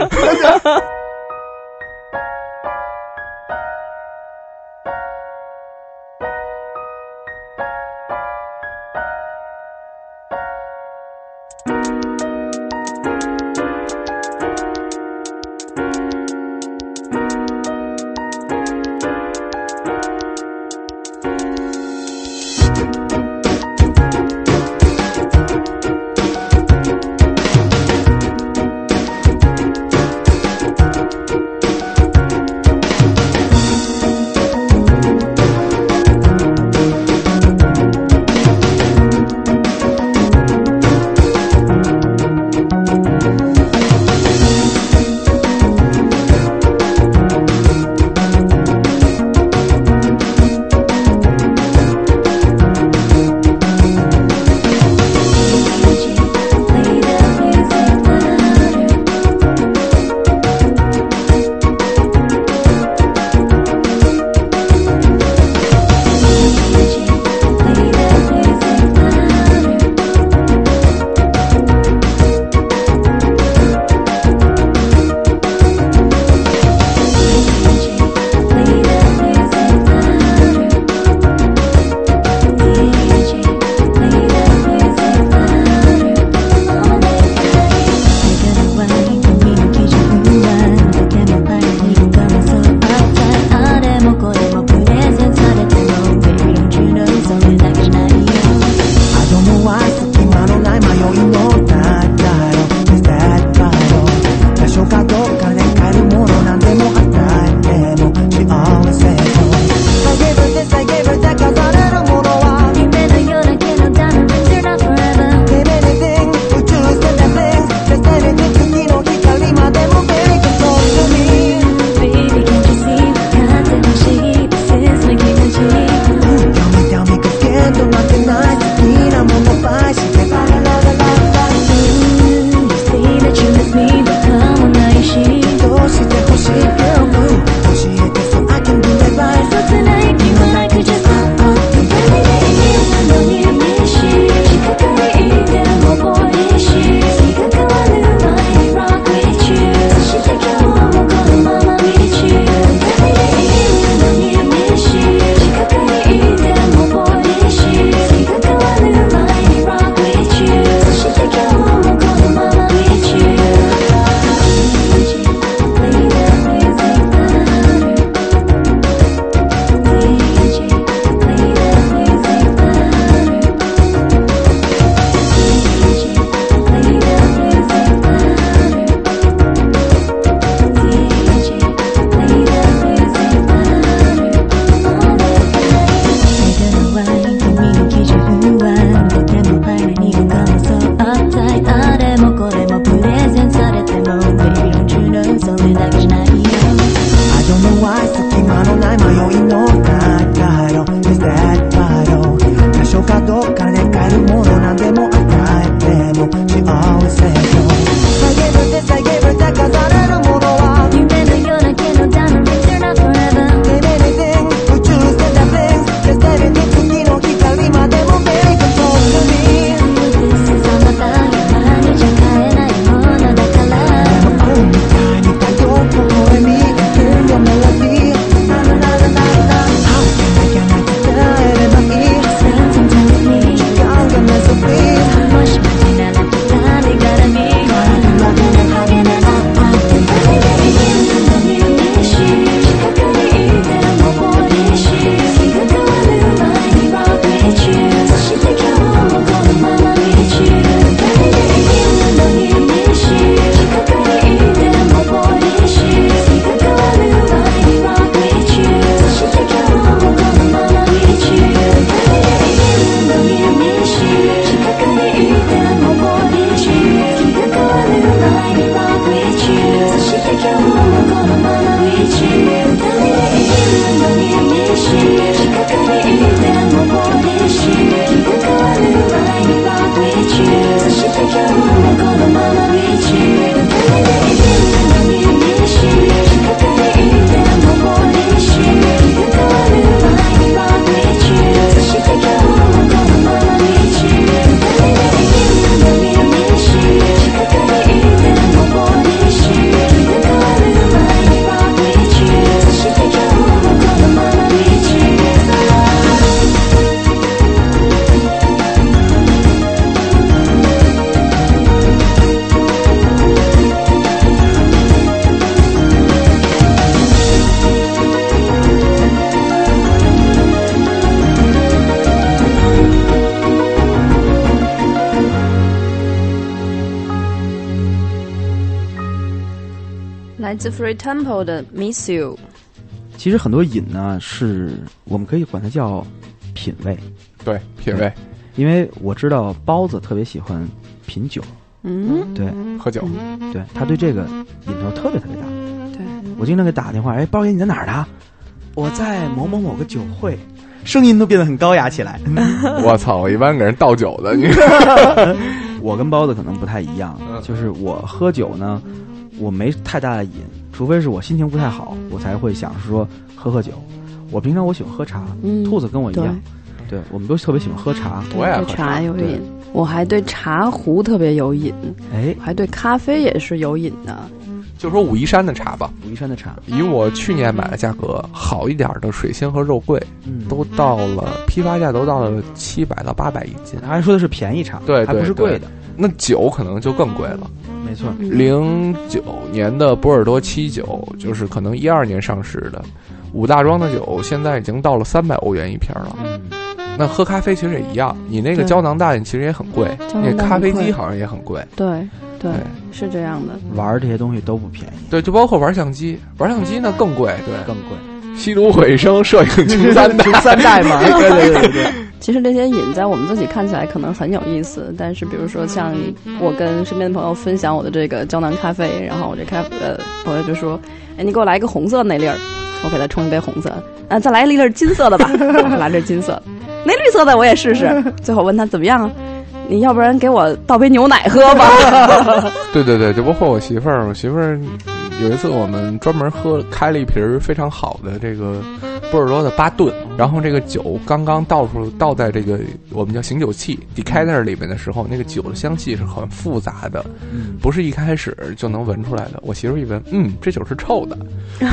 来自 Free Temple 的 Miss You。 其实很多饮呢，是我们可以管它叫品味， 对，品味。 因为我知道包子特别喜欢品酒， 嗯， 对， 喝酒， 对，他对这个瘾头特别特别大。 对， 我经常给打电话，哎，包爷你在哪儿呢？我在某某某个酒会，声音都变得很高雅起来。 我操，我一般给人倒酒的，你。 我跟包子可能不太一样，就是我喝酒呢，我没太大的瘾，除非是我心情不太好，我才会想说喝喝酒。我平常我喜欢喝茶， 嗯、 兔子跟我一样，对，我们都特别喜欢喝茶。 我也对茶有瘾，我还对茶壶特别有瘾， 哎， 还对咖啡也是有瘾的。 就说武夷山的茶吧， 武夷山的茶， 以我去年买的价格，好一点的水仙和肉桂，嗯，都到了批发价都到了七百到八百一斤。 他还说的是便宜茶， 对， 还不是贵的。 那酒可能就更贵了。 没错， 零九年的波尔多七酒，就是可能一二年上市的，五大庄的酒现在已经到了三百欧元一瓶了。 嗯， 那喝咖啡其实也一样，你那个胶囊大其实也很贵，那咖啡机好像也很贵。 对。对，是这样的。 玩这些东西都不便宜。 对，就包括玩相机，玩相机呢更贵，对， 更贵。 吸毒毁声，摄影穷三代， 穷三代嘛。对对对对。 其实这些瘾在我们自己看起来可能很有意思，但是比如说像我跟身边的朋友分享我的这个胶囊咖啡，然后我这咖呃朋友就说：“哎，你给我来一个红色的那粒儿。”我给他冲一杯红色的，啊，再来一粒儿金色的吧，来这金色的，那绿色的我也试试。最后问他怎么样？你要不然给我倒杯牛奶喝吧。 对对对，就包括我媳妇儿，我媳妇儿有一次我们专门喝开了一瓶非常好的这个波尔多的巴顿，然后这个酒刚刚倒出倒在这个我们叫醒酒器 decanter 里面的时候，那个酒的香气是很复杂的， 嗯， 不是一开始就能闻出来的。我媳妇儿一闻，嗯，这酒是臭的。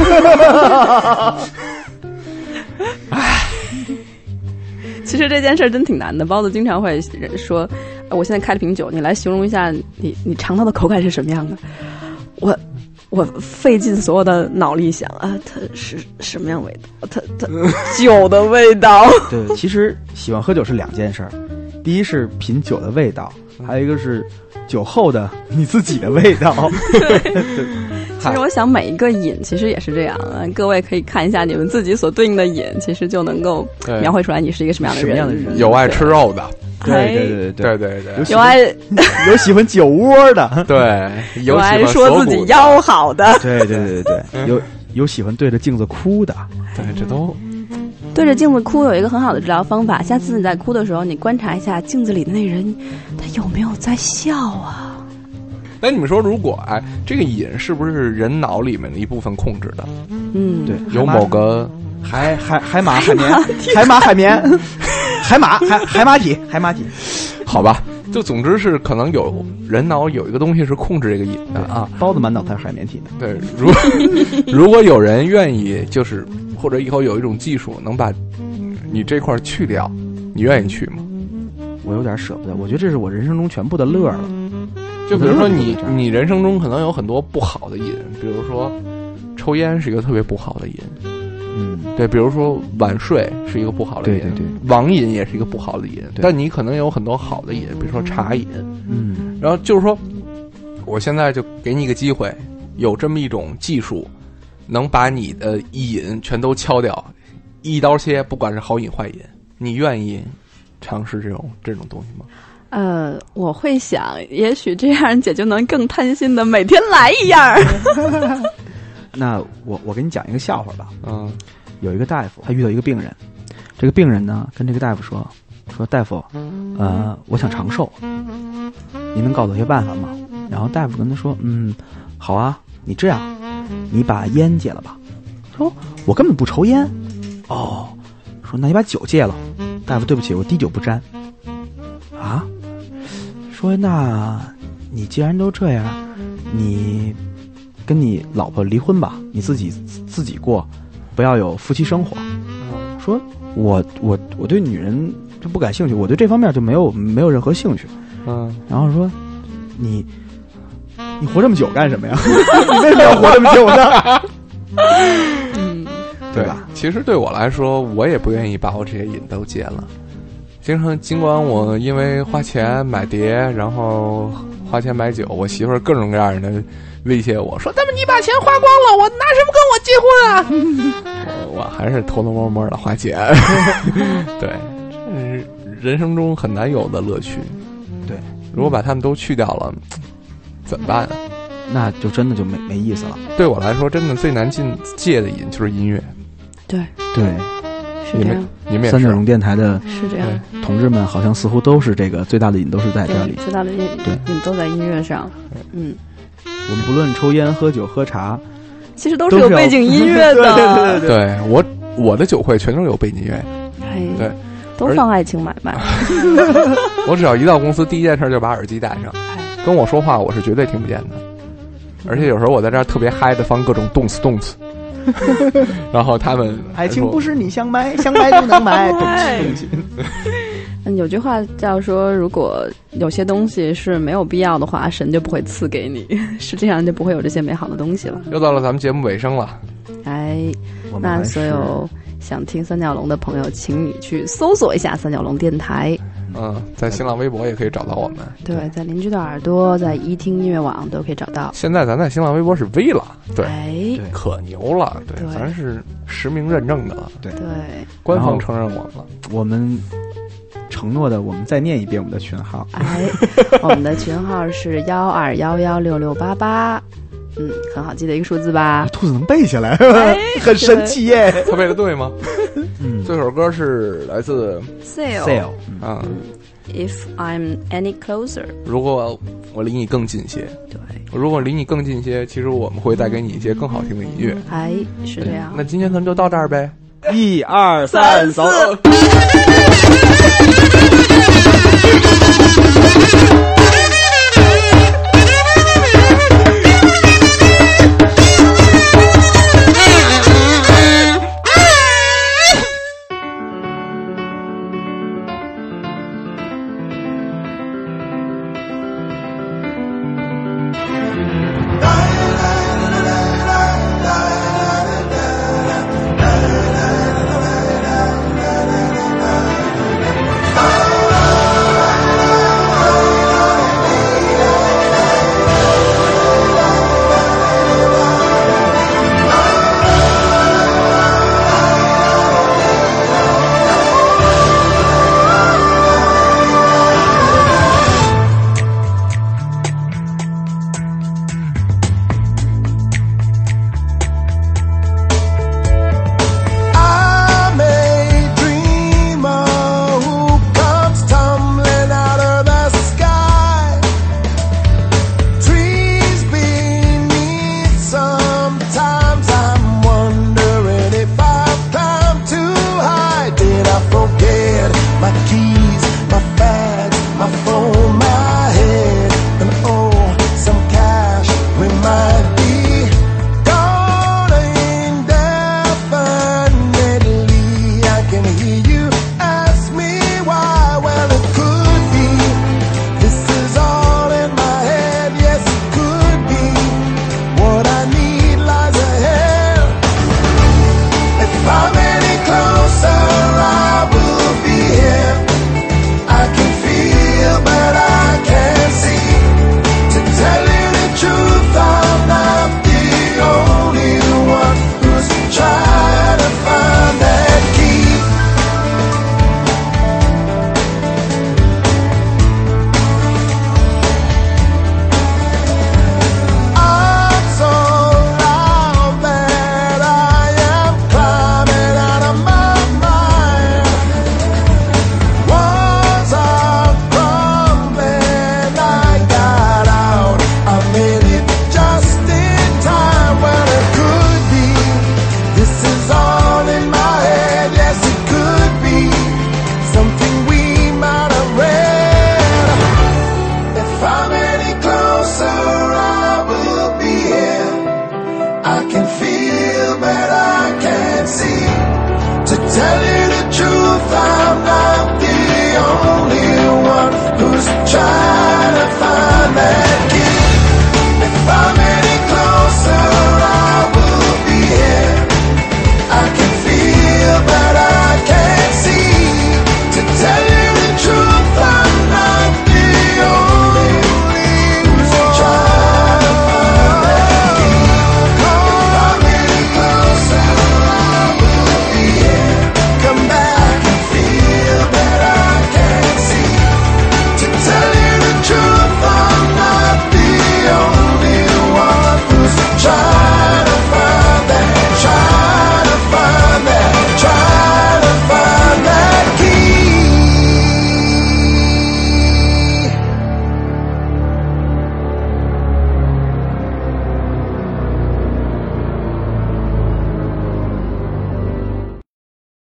唉。其实这件事真挺难的，包子经常会说：“我现在开了瓶酒，你来形容一下你你尝到的口感是什么样的？”我我费尽所有的脑力想啊，它是什么样味道？它它酒的味道。 对，其实喜欢喝酒是两件事儿，第一是品酒的味道，还有一个是酒后的你自己的味道。 对。其实我想每一个瘾其实也是这样，各位可以看一下你们自己所对应的瘾，其实就能够描绘出来你是一个什么样的人。 什么样的人？ 有爱吃肉的， 对对对对对对， 有爱有喜欢酒窝的， 对， 有爱说自己腰好的， 对对对对对，有有喜欢对着镜子哭的， 对，这都对着镜子哭有一个很好的治疗方法。下次你在哭的时候，你观察一下镜子里的那人，他有没有在笑啊？ 那你们说，如果哎，这个瘾是不是人脑里面的一部分控制的？ 嗯， 对， 有某个海海海马海绵海马海绵海马海海马体海马体， 好吧，就总之是可能有人脑有一个东西是控制这个瘾的啊。 包子满脑才是海绵体呢。 对，如如果有人愿意，就是或者以后有一种技术能把你这块去掉，你愿意去吗？ 我有点舍不得，我觉得这是我人生中全部的乐了。 就比如说你你人生中可能有很多不好的瘾，比如说抽烟是一个特别不好的瘾， 嗯， 对，比如说晚睡是一个不好的瘾， 对对对， 网瘾也是一个不好的瘾，但你可能有很多好的瘾，比如说茶瘾， 嗯， 然后就是说，我现在就给你一个机会，有这么一种技术，能把你的瘾全都敲掉，一刀切，不管是好瘾坏瘾，你愿意尝试这种这种东西吗？ 呃，我会想，也许这样姐就能更贪心的每天来一样。 那我我给你讲一个笑话吧。 嗯， 有一个大夫，他遇到一个病人，这个病人呢跟这个大夫说说大夫，呃，我想长寿，您能告诉我些办法吗？然后大夫跟他说，嗯，好啊，你这样，你把烟戒了吧。说我根本不抽烟。哦，说那你把酒戒了。大夫，对不起，我滴酒不沾。啊？说那你既然都这样，你跟你老婆离婚吧，你自己自己过，不要有夫妻生活。说我我我对女人就不感兴趣，我对这方面就没有没有任何兴趣。 嗯， 然后说你你活这么久干什么呀？你为什么要活这么久呢？ 嗯， 对吧？其实对我来说，我也不愿意把我这些瘾都戒了。经常尽管我因为花钱买碟，然后花钱买酒，我媳妇儿各种各样的威胁我说：“那么你把钱花光了，我拿什么跟我结婚啊？”我, 我还是偷偷摸摸的花钱。对，这是人生中很难有的乐趣。 对， 如果把他们都去掉了，怎么办啊？ 那就真的就没没意思了。 对我来说，真的最难禁戒的瘾就是音乐。 对对， 是这样。 你们也是三角龙电台的是这样， 同志们好像似乎都是这个最大的瘾都是在这里， 最大的瘾对瘾都在音乐上。嗯， 我们不论抽烟、喝酒、喝茶， 其实都是有背景音乐的。 对对对对， 对我我的酒会全都是有背景音乐。 哎， 对， 都放爱情买卖。 我只要一到公司，第一件事就把耳机戴上，跟我说话我是绝对听不见的。而且有时候我在这儿特别嗨的放各种动词动词。然后他们爱情不是你想买想买就能买。 嗯，有句话叫说，如果有些东西是没有必要的话，神就不会赐给你，是这样就不会有这些美好的东西了。 又到了咱们节目尾声了， 哎，那所有想听三角龙的朋友，请你去搜索一下三角龙电台。 嗯，在新浪微博也可以找到我们。 对，在邻居的耳朵，在一听音乐网都可以找到。 现在咱在新浪微博是 V 了，对， 哎， 可牛了，对， 对咱是实名认证的了， 对对， 官方承认我们了。 我们承诺的，我们再念一遍我们的群号。 哎，我们的群号是幺二幺幺六六八八。嗯，很好记的一个数字吧？ 兔子能背下来， 哎、 很神奇耶！ 他背的对吗？ 嗯， 这首歌是来自 Seal 啊、 嗯、，If I'm Any Closer。 如果我离你更近些， 对， 如果离你更近些，其实我们会带给你一些更好听的音乐。 哎，是这样。 那今天咱们就到这儿呗。 一二三，走。 Tell you the truth, I'm not